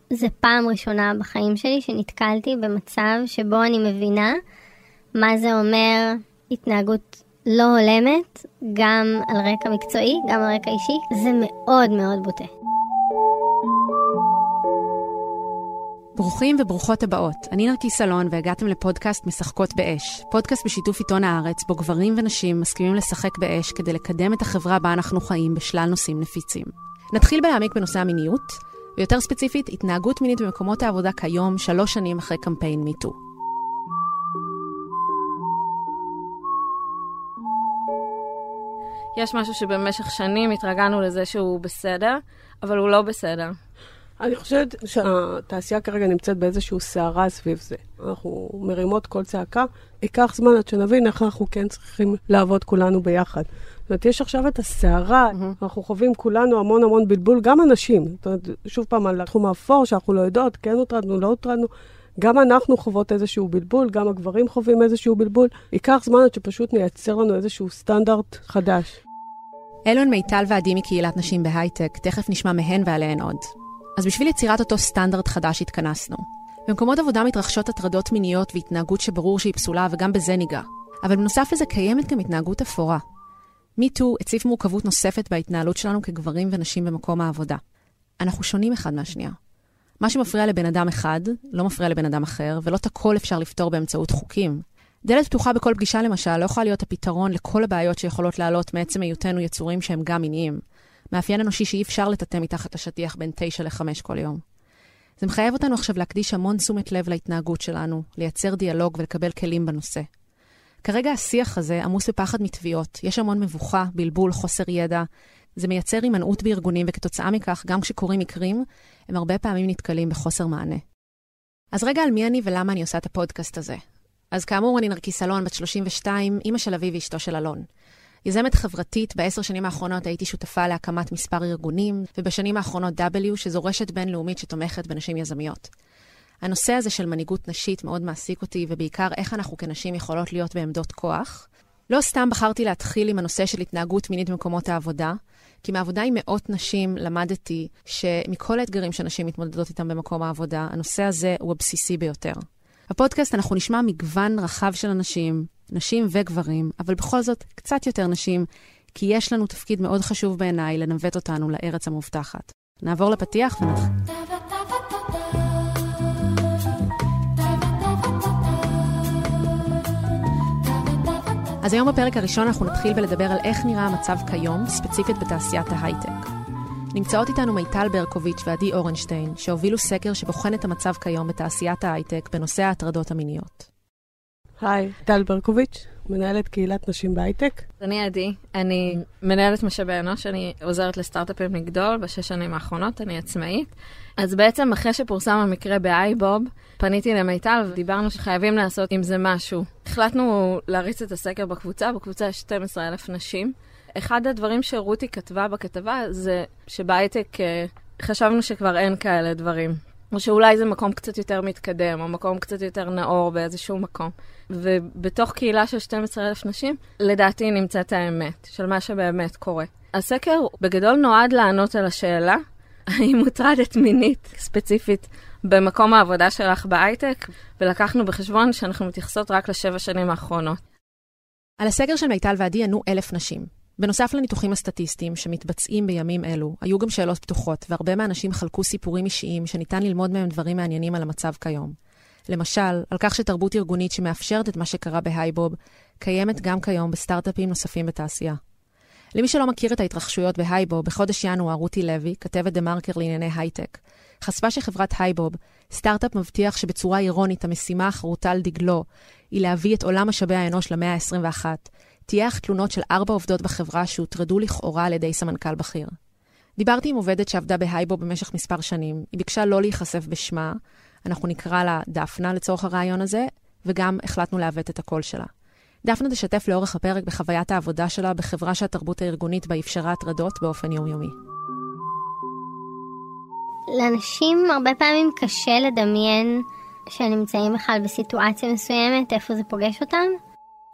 זה פעם ראשונה בחיים שלי שנתקלתי במצב שבו אני מבינה מה זה אומר התנהגות לא הולמת, גם על רקע מקצועי, גם על רקע אישי. זה מאוד מאוד בוטה. ברוכים וברוכות הבאות. אני נרקי סלון והגעתם לפודקאסט משחקות באש. פודקאסט בשיתוף עיתון הארץ, בו גברים ונשים מסכימים לשחק באש כדי לקדם את החברה בה אנחנו חיים בשלל נושאים נפיצים. נתחיל בלהעמיק בנושא המיניות, ויותר ספציפית, התנהגות מינית במקומות העבודה כיום 3 שנים אחרי קמפיין מיטו. יש משהו שבמשך שנים התרגלנו לזה שהוא בסדר, אבל הוא לא בסדר. אני חושבת שהתעשייה כרגע נמצאת באיזשהו שערה סביב זה. אנחנו מרימות כל צעקה, ייקח זמן עד שנבין איך אנחנו כן צריכים לעבוד כולנו ביחד. זאת אומרת, יש עכשיו את השערה, אנחנו חווים כולנו המון המון בלבול, גם אנשים. זאת אומרת, שוב פעם, על התחום האפור שאנחנו לא יודעות, כן הוטרדנו, לא הוטרדנו, גם אנחנו חוות איזשהו בלבול, גם הגברים חווים איזשהו בלבול. ייקח זמן עד שפשוט נייצר לנו איזשהו סטנדרט חדש. אלון, מיטל ועדי מקהילת נשים בהייטק, תכף נשמע מהן ועליהן עוד. אז בשביל יצירת אותו סטנדרט חדש התכנסנו. במקומות עבודה מתרחשות הטרדות מיניות והתנהגות שברור שהיא פסולה, וגם בזה ניגע. אבל בנוסף לזה קיימת גם התנהגות אפורה. מיטו הציף מורכבות נוספת בהתנהלות שלנו כגברים ונשים במקום העבודה. אנחנו שונים אחד מהשנייה. מה שמפריע לבן אדם אחד, לא מפריע לבן אדם אחר, ולא את הכל אפשר לפתור באמצעות חוקים. דלת פתוחה בכל פגישה למשל לא יכולה להיות הפתרון לכל הבעיות שיכולות לעלות מעצם היותנו יצורים שהם גם מיניים. מאפיין אנושי שאי אפשר לטאטא מתחת לשטיח בין 9 ל-5 כל יום. זה מחייב אותנו עכשיו להקדיש המון תשומת לב להתנהגות שלנו, לייצר דיאלוג ולקבל כלים בנושא. כרגע השיח הזה עמוס בפחד מתביעות, יש המון מבוכה, בלבול, חוסר ידע. זה מייצר הימנעות בארגונים, וכתוצאה מכך, גם כשקורים מקרים, הם הרבה פעמים נתקלים בחוסר מענה. אז רגע על מי אני ולמה אני עושה את הפודקאסט הזה. אז כאמור, אני נרקי סלון, בת 32, אמא של אבי ואשתו של אלון. יזמת חברתית, ב10 שנים האחרונות הייתי שותפה להקמת מספר ארגונים, ובשנים האחרונות W, שזו רשת בינלאומית שתומכת בנשים יזמיות. הנושא הזה של מנהיגות נשית מאוד מעסיק אותי, ובעיקר איך אנחנו כנשים יכולות להיות בעמדות כוח. לא סתם בחרתי להתחיל עם הנושא של התנהגות מינית במקומות העבודה, כי מעבודה עם מאות נשים למדתי שמכל האתגרים שנשים מתמודדות איתם במקום העבודה, הנושא הזה הוא הבסיסי ביותר. בפודקאסט אנחנו נשמע מגוון רחב של אנשים, נשים וגברים, אבל בכל זאת קצת יותר נשים, כי יש לנו תפקיד מאוד חשוב בעיניי לנווט אותנו לארץ המובטחת. נעבור לפתיח ונתחיל. אז היום בפרק הראשון אנחנו נתחיל ולדבר על איך נראה המצב כיום, ספציפית בתעשיית ההייטק. נמצאות איתנו מיטל ברקוביץ' ועדי אורנשטיין, שהובילו סקר שבוחן את המצב כיום בתעשיית ההייטק בנושא ההטרדות המיניות. היי, טל ברקוביץ', מנהלת קהילת נשים בהייטק. אני עדי, אני מנהלת משאבי אנוש, אני עוזרת לסטארט-אפים לגדול ב6 שנים האחרונות, אני עצמאית. אז בעצם אחרי שפורסם המקרה באייבוב, פניתי למיטל ודיברנו שחייבים לעשות עם זה משהו. החלטנו להריץ את הסקר בקבוצה יש 12,000 נשים. אחד הדברים שרותי כתבה בכתבה זה שבהייטק חשבנו שכבר אין כאלה דברים. או שאולי זה מקום קצת יותר מתקדם, או מקום קצת יותר נאור באיזשהו מקום. ובתוך קהילה של 12,000 נשים, לדעתי נמצאת האמת של מה שבאמת קורה. הסקר בגדול נועד לענות על השאלה, האם מוטרדת מינית ספציפית במקום העבודה שלך בהייטק, ולקחנו בחשבון שאנחנו מתייחסות רק ל7 שנים האחרונות. על הסקר של מיטל ועדי ענו 1,000 נשים. בנוסף לניתוחים הסטטיסטיים שמתבצעים בימים אלו, היו גם שאלות פתוחות, והרבה מהאנשים חלקו סיפורים אישיים שניתן ללמוד מהם דברים מעניינים על המצב כיום. למשל, על כך שתרבות ארגונית שמאפשרת את מה שקרה בהייבוב, קיימת גם כיום בסטארט-אפים נוספים בתעשייה. למי שלא מכיר את ההתרחשויות בהייבוב, בחודש ינואר רותי לוי, כתבת דה מרקר לענייני הייטק, חשפה שחברת הייבוב, סטארט-אפ מבטיח שבצורה אירונית המשימה החרוטה על דגלו היא להביא את עולם משאבי האנוש למאה ה-21, תהיה אך תלונות של 4 עובדות בחברה שהוטרדו לכאורה על ידי סמנכ"ל בכיר. דיברתי עם עובדת שעבדה בהייבוב במשך מספר שנים, היא ביקשה לא להיחשף בשמה, אנחנו נקרא לה דפנה לצורך הרעיון הזה, וגם החלטנו להוות את הקול שלה. דפנה תשתף לאורך הפרק בחוויית העבודה שלה בחברה שהתרבות הארגונית בה אפשרה הטרדות באופן יומיומי. לאנשים הרבה פעמים קשה לדמיין שנמצאים בכלל בסיטואציה מסוימת, איפה זה פוגש אותם.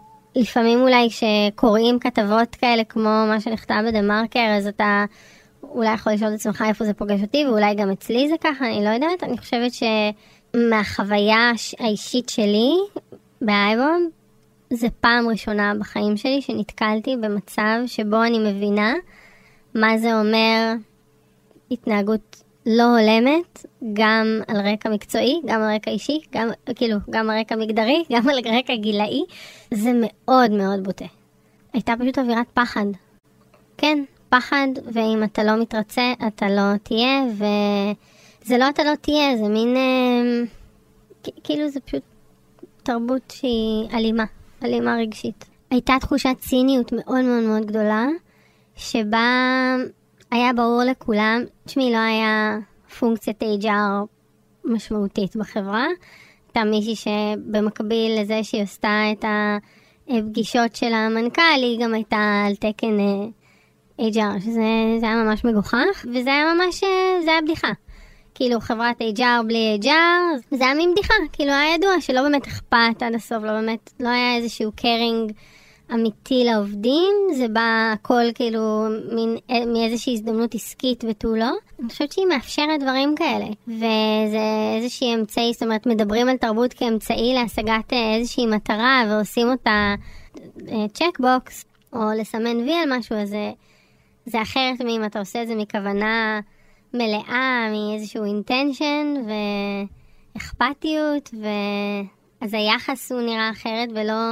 לפעמים אולי כשקוראים כתבות כאלה כמו מה שנכתב בדה מרקר, אז אתה אולי יכול לשאול את עצמך איפה זה פוגש אותי, ואולי גם אצלי זה ככה, אני לא יודעת. אני חושבת שמהחוויה האישית שלי באייבוב, זה פעם ראשונה בחיים שלי שנתקלתי במצב שבו אני מבינה מה זה אומר התנהגות לא הולמת, גם על רקע מקצועי, גם על רקע אישי, גם על רקע מגדרי, גם על רקע גילאי. זה מאוד מאוד בוטה. הייתה פשוט אווירת פחד. כן, פחד, ואם אתה לא מתרצה, אתה לא תהיה, וזה לא אתה לא תהיה, זה מין, כאילו זה פשוט תרבות שהיא אלימה רגשית. הייתה תחושת ציניות מאוד מאוד מאוד גדולה, שבה היה ברור לכולם, תשמעי, לא היה פונקציית HR משמעותית בחברה. הייתה מישהי שבמקביל לזה שהיא עשתה את הפגישות של המנכ"ל, היא גם הייתה על תקן HR, שזה היה ממש מגוחך, וזה היה ממש, זה היה בדיחה. כאילו חברת HR בלי HR, זה היה מין בדיחה, כאילו היה ידוע שלא באמת אכפת עד הסוף, לא היה איזשהו קרינג אמיתי לעובדים, זה בא הכל כאילו מאיזושהי הזדמנות עסקית ותו לא. אני חושבת שהיא מאפשרת דברים כאלה, וזה איזושהי אמצעי, זאת אומרת, מדברים על תרבות כאמצעי להשגת איזושהי מטרה, ועושים אותה צ'קבוקס, או לסמן וי על משהו, אז זה אחרת מאם אתה עושה את זה מכוונה מלאה, מאיזשהו אינטנשן, ואכפתיות, אז היחס הוא נראה אחרת,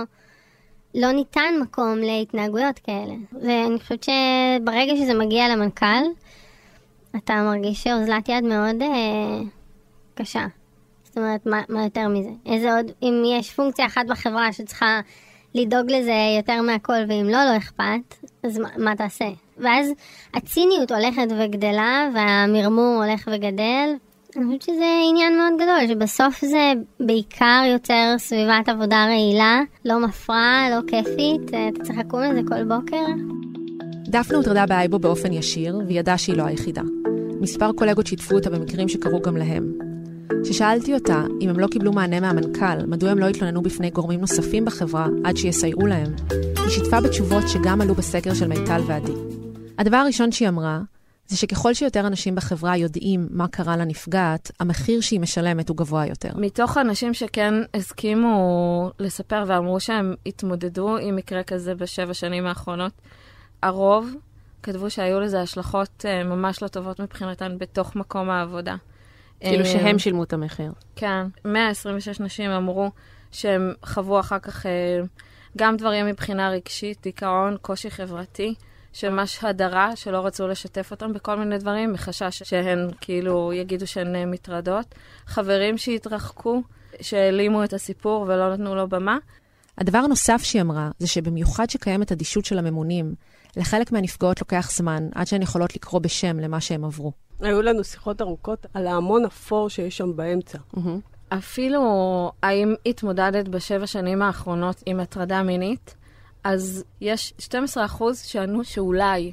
לא ניתן מקום להתנהגויות כאלה. ואני חושבת שברגע שזה מגיע למנכ"ל, אתה מרגיש שאוזלת יד מאוד קשה. זאת אומרת, מה יותר מזה? איזה עוד, אם יש פונקציה אחת בחברה שצריכה לדאוג לזה יותר מהכל, ואם לא אכפת, אז מה תעשה? ואז הציניות הולכת וגדלה, והמרמור הולך וגדל. אני חושבת שזה עניין מאוד גדול, שבסוף זה בעיקר יוצר סביבת עבודה רעילה, לא מפרעה, לא כיפית, אתה צריך לקום לזה כל בוקר. דפנה הוטרדה באייבוב באופן ישיר, והיא ידעה שהיא לא היחידה. מספר קולגות שיתפו אותה במקרים שקרו גם להם. כששאלתי אותה אם הם לא קיבלו מענה מהמנכ"ל, מדוע הם לא התלוננו בפני גורמים נוספים בחברה עד שיסייעו להם, היא שיתפה בתשובות שגם עלו בסקר של מיטל ועדי. הדבר הראשון שהיא אמרה, זה שככל שיותר אנשים בחברה יודעים מה קרה לנפגעת, המחיר שהיא משלמת הוא גבוה יותר. מתוך אנשים שכן הסכימו לספר ואמרו שהם התמודדו עם מקרה כזה בשבע שנים האחרונות, הרוב כתבו שהיו לזה השלכות ממש לא טובות מבחינתן בתוך מקום העבודה. כאילו שהם שילמו את המחיר. כן, 126 נשים אמרו שהם חוו אחר כך גם דברים מבחינה רגשית, דיכאון, קושי חברתי, שממש הדרה, שלא רצו לשתף אותם בכל מיני דברים, מחשש שהן כאילו יגידו שהן מטרדות. חברים שהתרחקו, שהעלימו את הסיפור ולא נתנו לו במה. הדבר הנוסף שהיא אמרה, זה שבמיוחד שקיימת אדישות של הממונים, לחלק מהנפגעות לוקח זמן, עד שהן יכולות לקרוא בשם למה שהם עברו. היו לנו שיחות ארוכות על ההמון אפור שיש שם באמצע. אפילו האם התמודדת בשבע שנים האחרונות עם הטרדה מינית, אז יש 12% שענו שאולי.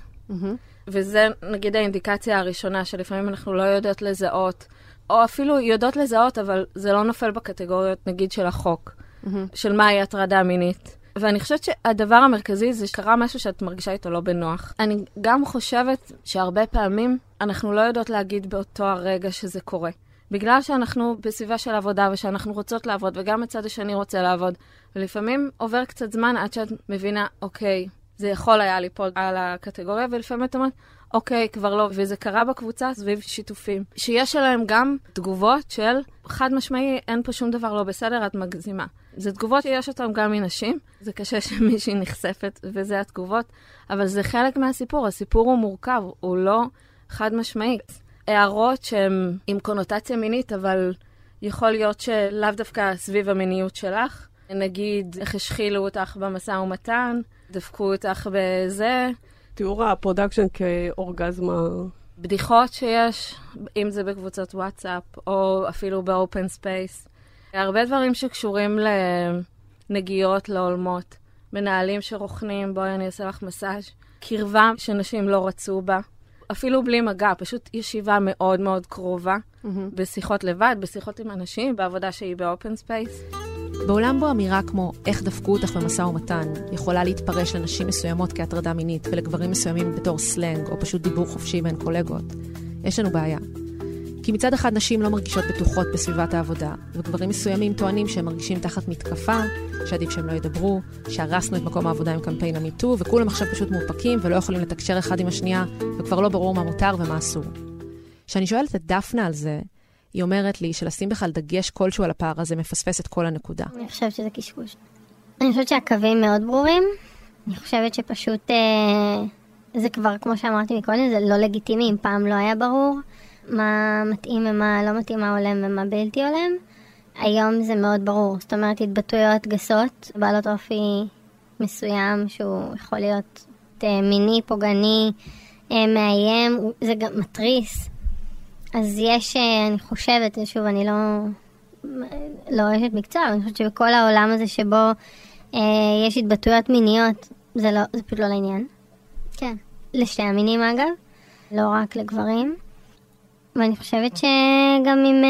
וזה נגיד האינדיקציה הראשונה, שלפעמים אנחנו לא יודעות לזהות, או אפילו יודעות לזהות, אבל זה לא נופל בקטגוריות נגיד של החוק, של מהי הטרדה מינית. ואני חושבת שהדבר המרכזי זה שקרה משהו שאת מרגישה איתו לא בנוח. אני גם חושבת שהרבה פעמים אנחנו לא יודעות להגיד באותו הרגע שזה קורה. בגלל שאנחנו בסביבה של עבודה ושאנחנו רוצות לעבוד, וגם הצד השני רוצה לעבוד. ולפעמים עובר קצת זמן עד שאת מבינה, אוקיי, זה יכול היה ליפול על הקטגוריה, ולפעמים את אומרת, אוקיי, כבר לא. וזה קרה בקבוצה סביב שיתופים. שיש עליהם גם תגובות של חד משמעי, אין פה שום דבר לא בסדר, את מגזימה. זה תגובות שיש אותם גם מנשים. זה קשה שמישהי נחשפת, וזה התגובות. אבל זה חלק מהסיפור. הסיפור הוא מורכב, הוא לא חד משמעי. הערות שהן עם קונוטציה מינית, אבל יכול להיות שלאו דווקא סביב המיניות שלך. נגיד, איך השחילו אותך במשא ומתן, דפקו אותך בזה. תיאור הפרודקשן כאורגזמה. בדיחות שיש, אם זה בקבוצות וואטסאפ, או אפילו באופן ספייס. הרבה דברים שקשורים לנגיעות, לעולמות. מנהלים שרוכנים, בואי אני אעשה לך מסאז'. קרבה שנשים לא רצו בה. אפילו בלי מגע, פשוט ישיבה מאוד מאוד קרובה. בשיחות לבד, בשיחות עם אנשים, בעבודה שהיא באופן ספייס. בעולם בו אמירה כמו איך דפקו אותך במשא ומתן יכולה להתפרש לנשים מסוימות כהטרדה מינית ולגברים מסוימים בתור סלנג או פשוט דיבור חופשי בין קולגות, יש לנו בעיה. כי מצד אחד נשים לא מרגישות בטוחות בסביבת העבודה, וגברים מסוימים טוענים שהם מרגישים תחת מתקפה, שעדיף שהם לא ידברו, שהרסנו את מקום העבודה עם קמפיין המיטו, וכולם עכשיו פשוט מאופקים ולא יכולים לתקשר אחד עם השנייה, וכבר לא ברור מה מותר ומה אסור. כשאני שואלת את דפנה על זה, היא אומרת לי שלשים בכלל דגש כלשהו על הפער הזה מפספס את כל הנקודה. אני חושבת שזה קשקוש. אני חושבת שהקווים מאוד ברורים. אני חושבת שפשוט, זה כבר, כמו שאמרתי מקודם, זה לא לגיטימי, אם פעם לא היה ברור מה מתאים ומה לא מתאים, מה הולם ומה בלתי הולם. היום זה מאוד ברור. זאת אומרת, התבטאויות גסות, בעלות אופי מסוים, שהוא יכול להיות מיני, פוגעני, מאיים, זה גם מטריס. אז יש, אני חושבת, שוב, אני לא אוהבת מקצוע, אבל אני חושבת שבכל העולם הזה שבו יש התבטאויות מיניות, זה פשוט לא לעניין. כן. לשתי המינים אגב, לא רק לגברים. ואני חושבת שגם אם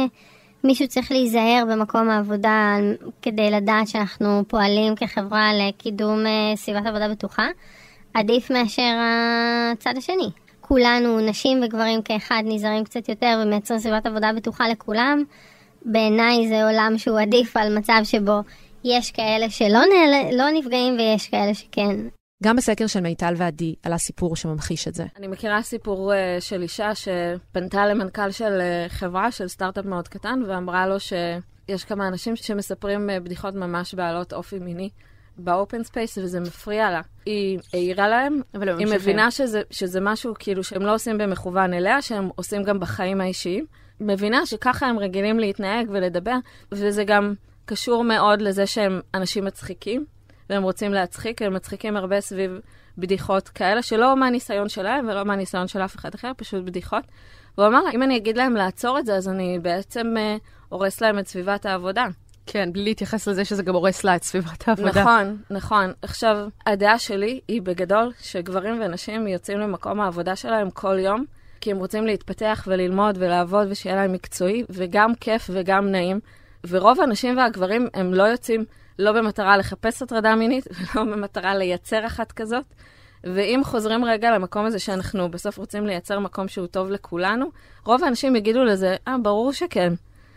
מישהו צריך להיזהר במקום העבודה כדי לדעת שאנחנו פועלים כחברה לקידום סביבת עבודה בטוחה, עדיף מאשר הצד השני. כולנו, נשים וגברים כאחד, נזהרים קצת יותר ומייצרים סביבת עבודה בטוחה לכולם. בעיניי זה עולם שהוא עדיף על מצב שבו יש כאלה שלא נפגעים ויש כאלה שכן. גם בסקר של מיטל ועדי עלה סיפור שממחיש את זה. אני מכירה סיפור של אישה שפנתה למנכ"ל של חברה, של סטארט-אפ מאוד קטן, ואמרה לו שיש כמה אנשים שמספרים בדיחות ממש בעלות אופי מיני באופן ספייס, וזה מפריע לה. היא העירה להם, היא מבינה שזה משהו כאילו שהם לא עושים במכוון אליה, שהם עושים גם בחיים האישיים. מבינה שככה הם רגילים להתנהג ולדבר, וזה גם קשור מאוד לזה שהם אנשים מצחיקים, והם רוצים להצחיק, הם מצחיקים הרבה סביב בדיחות כאלה, שלא מהניסיון שלהם ולא מהניסיון של אף אחד אחר, פשוט בדיחות. והוא אמר לה, אם אני אגיד להם לעצור את זה, אז אני בעצם הורס להם את סביבת העבודה. כן, בלי להתייחס לזה שזה גם הורס לה את סביבת העבודה. נכון, נכון. עכשיו, הדעה שלי היא בגדול שגברים ונשים יוצאים למקום העבודה שלהם כל יום, כי הם רוצים להתפתח וללמוד ולעבוד ושיהיה להם מקצועי, וגם כיף וגם נעים. ורוב האנשים והגברים הם לא יוצאים לא במטרה לחפש הטרדה מינית, ולא במטרה לייצר אחת כזאת. ואם חוזרים רגע למקום הזה שאנחנו בסוף רוצים לייצר מקום שהוא טוב לכולנו, רוב האנשים יגידו לזה, ברור שכן.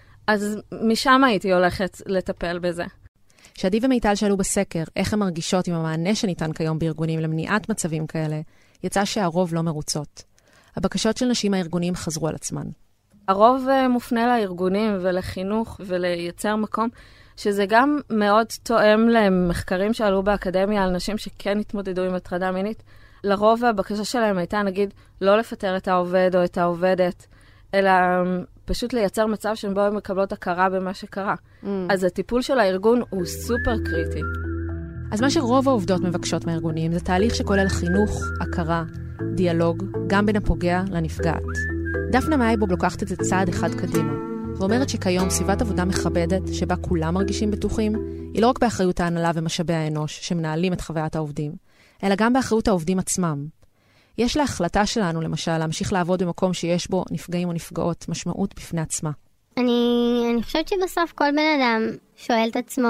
אז משם הייתי הולכת לטפל בזה. שעדי ומיטל שאלו בסקר איך הן מרגישות עם המענה שניתן כיום בארגונים למניעת מצבים כאלה, יצא שהרוב לא מרוצות. הבקשות של נשים הארגונים חזרו על עצמן. הרוב מופנה לארגונים ולחינוך ולייצר מקום, שזה גם מאוד תואם למחקרים שעלו באקדמיה על נשים שכן התמודדו עם הטרדה מינית. לרוב הבקשה שלהם הייתה, נגיד, לא לפטר את העובד או את העובדת, אלא פשוט לייצר מצב שבו הם מקבלות הכרה במה שקרה. אז הטיפול של הארגון הוא סופר קריטי. אז מה שרוב העובדות מבקשות מהארגונים זה תהליך שכולל חינוך, הכרה, דיאלוג, גם בין הפוגע לנפגעת. דפנה מאייבוב לוקחת את זה צעד אחד קדימה, ואומרת שכיום סביבת עבודה מכבדת שבה כולם מרגישים בטוחים, היא לא רק באחריות ההנהלה ומשאבי האנוש שמנהלים את חוויית העובדים, אלא גם באחריות העובדים עצמם. יש להחלטה שלנו, למשל, להמשיך לעבוד במקום שיש בו נפגעים או נפגעות משמעות בפני עצמה. אני חושבת שבסוף כל בן אדם שואל את עצמו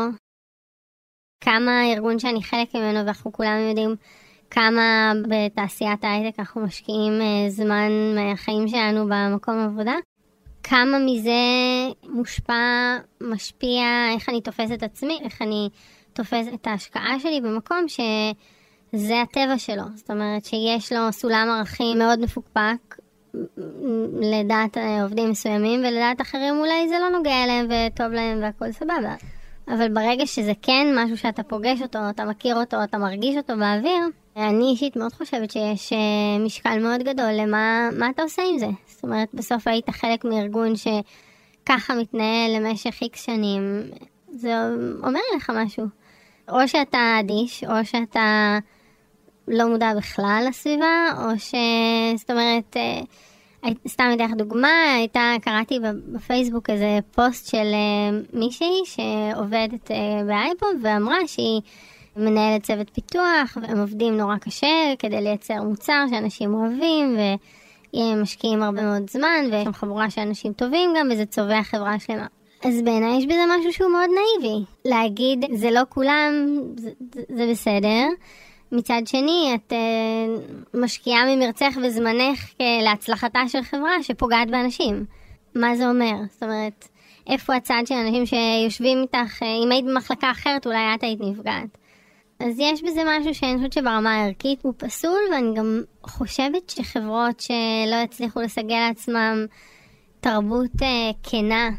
כמה הארגון שאני חלק ממנו, ואנחנו כולם יודעים כמה בתעשיית ההייטק אנחנו משקיעים זמן מהחיים שלנו במקום עבודה. כמה מזה מושפע, משפיע, איך אני תופס את עצמי, איך אני תופס את ההשקעה שלי במקום שזה הטבע שלו. זאת אומרת שיש לו סולם ערכים מאוד מפוקפק לדעת עובדים מסוימים, ולדעת אחרים אולי זה לא נוגע אליהם וטוב להם והכל סבבה. אבל ברגע שזה כן משהו שאתה פוגש אותו, אתה מכיר אותו, אתה מרגיש אותו באוויר, אני אישית מאוד חושבת שיש משקל מאוד גדול למה אתה עושה עם זה. זאת אומרת, בסוף היית חלק מארגון שככה מתנהל למשך איקס שנים. זה אומר לך משהו. או שאתה אדיש, או שאתה לא מודע בכלל לסביבה, או זאת אומרת, סתם אתן דוגמה, קראתי בפייסבוק איזה פוסט של מישהי שעובדת באייבוב, ואמרה שהיא מנהלת צוות פיתוח, והם עובדים נורא קשה כדי לייצר מוצר שאנשים אוהבים, והם משקיעים הרבה מאוד זמן, ויש שם חבורה של אנשים טובים גם, וזה צובע חברה שלמה. אז בעיניי יש בזה משהו שהוא מאוד נאיבי. להגיד, זה לא כולם, זה בסדר. מצד שני, את משקיעה ממרצך וזמנך להצלחתה של חברה שפוגעת באנשים. מה זה אומר? זאת אומרת, איפה הצד של אנשים שיושבים איתך, אם היית במחלקה אחרת, אולי את היית נפגעת. אז יש בזה משהו שאני חושבת שברמה הערכית הוא פסול, ואני גם חושבת שחברות שלא יצליחו לסגל לעצמם תרבות כנה,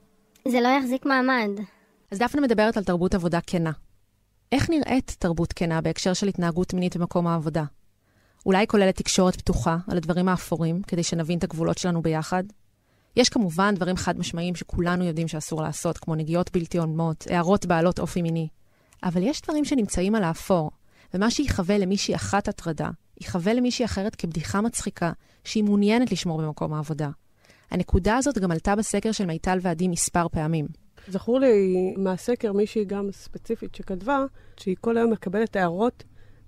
זה לא יחזיק מעמד. אז דפנה מדברת על תרבות עבודה כנה. איך נראית תרבות כנה בהקשר של התנהגות מינית במקום העבודה? אולי כוללת תקשורת פתוחה על הדברים האפורים, כדי שנבין את הגבולות שלנו ביחד? יש כמובן דברים חד משמעיים שכולנו יודעים שאסור לעשות, כמו נגיעות בלתי הולמות, הערות בעלות אופי מיני. אבל יש דברים שנמצאים על האפור, ומה שיחווה למישהי אחת הטרדה, יחווה למישהי אחרת כבדיחה מצחיקה, שהיא מעוניינת לשמור במקום העבודה. הנקודה הזאת גם עלתה בסקר של מיטל ועדי מספר פעמים. זכור לי מהסקר מישהי גם ספציפית שכתבה, שהיא כל היום מקבלת הערות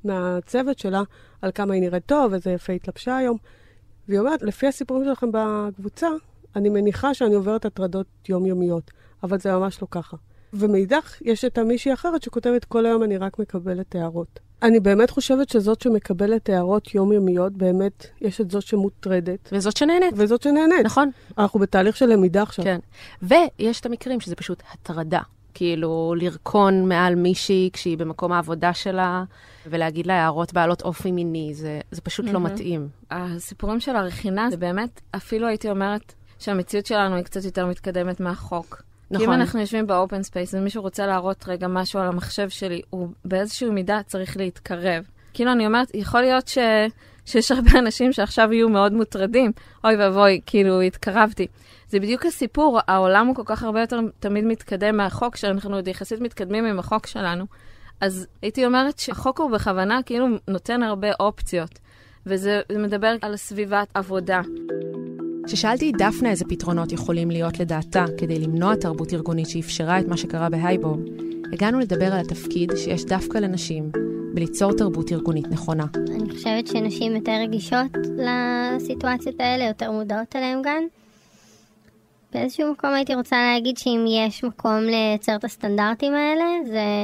מהצוות שלה על כמה היא נראית טוב, איזה יפה התלבשה היום. והיא אומרת, לפי הסיפורים שלכם בקבוצה, אני מניחה שאני עוברת הטרדות יומיומיות, אבל זה ממש לא ככה. ומאידך, יש את מישהי אחרת שכותבת, כל היום אני רק מקבלת הערות. אני באמת חושבת שזאת שמקבלת הערות יומיומיות, באמת יש את זאת שמוטרדת. וזאת שנהנית. וזאת שנהנית. נכון. אנחנו בתהליך של למידה עכשיו. כן. ויש את המקרים שזה פשוט הטרדה. כאילו, לרקון מעל מישהי כשהיא במקום העבודה שלה, ולהגיד לה הערות בעלות אופי מיני, זה פשוט לא מתאים. הסיפורים של הרכינה, זה באמת, אפילו הייתי אומרת שהמציאות שלנו היא קצת יותר מתקדמת מהחוק. נכון. כי אם אנחנו יושבים באופן ספייס, ומישהו רוצה להראות רגע משהו על המחשב שלי, הוא באיזשהו מידה צריך להתקרב. כאילו אני אומרת, יכול להיות שיש הרבה אנשים שעכשיו יהיו מאוד מוטרדים. אוי ואבוי, כאילו התקרבתי. זה בדיוק הסיפור, העולם הוא כל כך הרבה יותר תמיד מתקדם מהחוק, שאנחנו עוד יחסית מתקדמים עם החוק שלנו. אז הייתי אומרת שהחוק הוא בכוונה כאילו נותן הרבה אופציות, וזה מדבר על סביבת עבודה. כששאלתי את דפנה איזה פתרונות יכולים להיות לדעתה כדי למנוע תרבות ארגונית שאפשרה את מה שקרה בהייבוב, הגענו לדבר על התפקיד שיש דווקא לנשים בליצור תרבות ארגונית נכונה. אני חושבת שנשים יותר רגישות לסיטואציות האלה, יותר מודעות עליהן גם. באיזשהו מקום הייתי רוצה להגיד שאם יש מקום לייצר את הסטנדרטים האלה, אני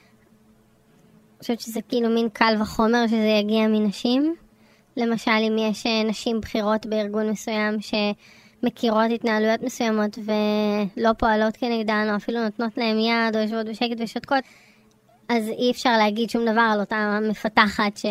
חושבת שזה כאילו מין קל וחומר שזה יגיע מנשים. למשל, אם יש נשים בחירות בארגון מסוים שמכירות התנהלויות מסוימות ולא פועלות כנגדן, או אפילו נותנות להם יד, או יושבות בשקט ושתקות, אז אי אפשר להגיד שום דבר על אותה מפתחת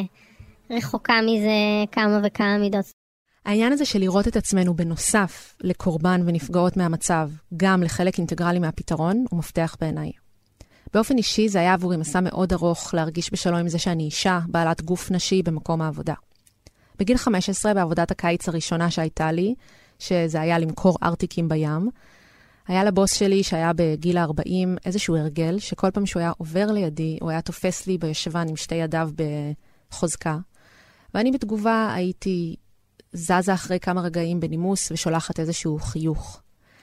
שרחוקה מזה כמה וכמה מידות. העניין הזה של לראות את עצמנו בנוסף לקורבן ונפגעות מהמצב, גם לחלק אינטגרלי מהפתרון, הוא מפתח בעיניי. באופן אישי זה היה עבורי מסע מאוד ארוך להרגיש בשלום עם זה שאני אישה, בעלת גוף נשי במקום העבודה. בגיל 15, בעבודת הקיץ הראשונה שהייתה לי, שזה היה למכור ארטיקים בים, היה לבוס שלי שהיה בגיל 40 איזשהו הרגל, שכל פעם שהוא היה עובר לידי, הוא היה תופס לי בישבן עם שתי ידיו בחוזקה, ואני בתגובה הייתי זזה אחרי כמה רגעים בנימוס ושולחת איזשהו חיוך.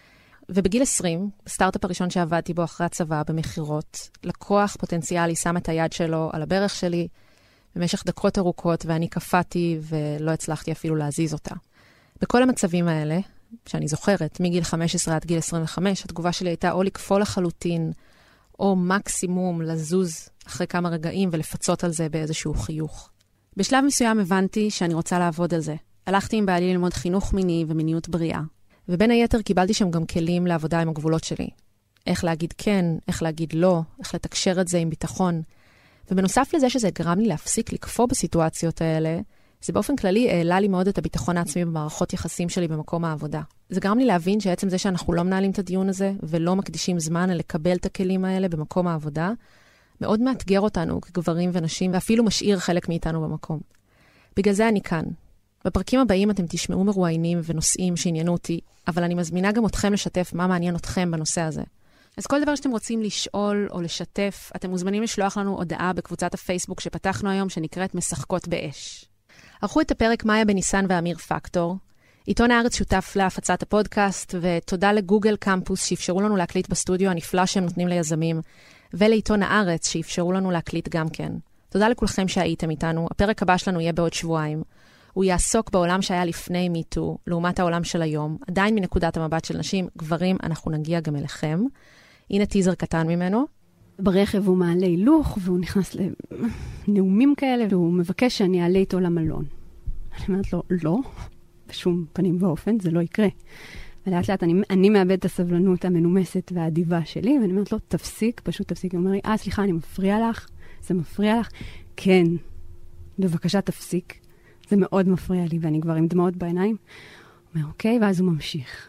ובגיל 20, בסטארט-אפ הראשון שעבדתי בו אחרי הצבא במחירות, לקוח פוטנציאלי שם את היד שלו על הברך שלי במשך דקות ארוכות, ואני קפאתי ולא הצלחתי אפילו להזיז אותה. בכל המצבים האלה, שאני זוכרת, מגיל 15 עד גיל 25, התגובה שלי הייתה או לקפוא לחלוטין, או מקסימום לזוז אחרי כמה רגעים ולפצות על זה באיזשהו חיוך. בשלב מסוים הבנתי שאני רוצה לעבוד על זה. הלכתי עם בעלי ללמוד חינוך מיני ומיניות בריאה. ובין היתר קיבלתי שם גם כלים לעבודה עם הגבולות שלי. איך להגיד כן, איך להגיד לא, איך לתקשר את זה עם ביטחון. ובנוסף לזה שזה גרם לי להפסיק לקפוא בסיטואציות האלה, זה באופן כללי העלה לי מאוד את הביטחון העצמי במערכות יחסים שלי במקום העבודה. זה גרם לי להבין שעצם זה שאנחנו לא מנהלים את הדיון הזה, ולא מקדישים זמן לקבל את הכלים האלה במקום העבודה, מאוד מאתגר אותנו כגברים ונשים, ואפילו משאיר חלק מאיתנו במקום. בגלל זה אני כאן. בפרקים הבאים אתם תשמעו מרואיינים ונושאים שעניינו אותי, אבל אני מזמינה גם אתכם לשתף מה מעניין אתכם בנושא הזה. אז כל דבר שאתם רוצים לשאול או לשתף, אתם מוזמנים לשלוח לנו הודעה בקבוצת הפייסבוק שפתחנו היום, שנקראת משחקות באש. ערכו את הפרק מאיה בניסן ואמיר פקטור. עיתון הארץ שותף להפצת הפודקאסט, ותודה לגוגל קמפוס שאפשרו לנו להקליט בסטודיו הנפלא שהם נותנים ליזמים, ולעיתון הארץ שאפשרו לנו להקליט גם כן. תודה לכולכם שהייתם איתנו. הפרק הבא שלנו יהיה בעוד שבועיים. הוא יעסוק בעולם שהיה לפני מיטו, לעומת העולם של היום, עדיין מנקודת המבט של נשים, גברים, אנחנו נגיע גם אליכם. הנה טיזר קטן ממנו. ברכב הוא מעלה הילוך, והוא נכנס לנאומים כאלה, והוא מבקש שאני אעלה איתו למלון. אני אומרת לו, לא, בשום פנים ואופן, זה לא יקרה. ולאט לאט אני מאבד את הסבלנות המנומסת והאדיבה שלי, ואני אומרת לו, תפסיק, פשוט תפסיק. הוא אומר לי, סליחה, אני מפריע לך? זה מפריע לך? כן, בבקשה תפסיק. זה מאוד מפריע לי, ואני כבר עם דמעות בעיניים. הוא אומר, אוקיי, ואז הוא ממשיך.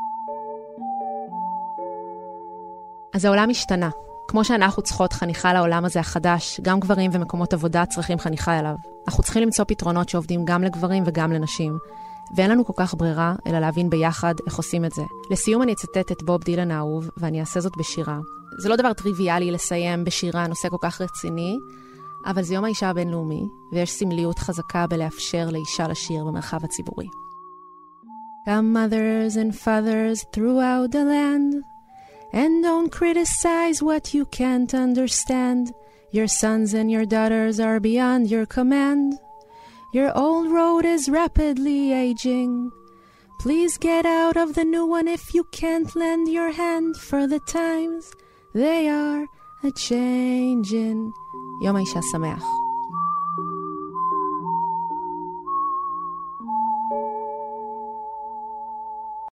אז העולם השתנה. כמו שאנחנו צריכות חניכה לעולם הזה החדש, גם גברים ומקומות עבודה צריכים חניכה אליו. אנחנו צריכים למצוא פתרונות שעובדים גם לגברים וגם לנשים. ואין לנו כל כך ברירה, אלא להבין ביחד איך עושים את זה. לסיום אני אצטט את בוב דילן האהוב, ואני אעשה זאת בשירה. זה לא דבר טריוויאלי לסיים בשירה, נושא כל כך רציני, אבל זה יום האישה הבינלאומי, ויש סמליות חזקה בלאפשר לאישה לשיר במרחב הציבורי. Come mothers and fathers throughout the land, and don't criticize what you can't understand. Your sons and your daughters are beyond your command. Your old road is rapidly aging. Please get out of the new one if you can't lend your hand, for the times they are a-changing. יום האישה שמח.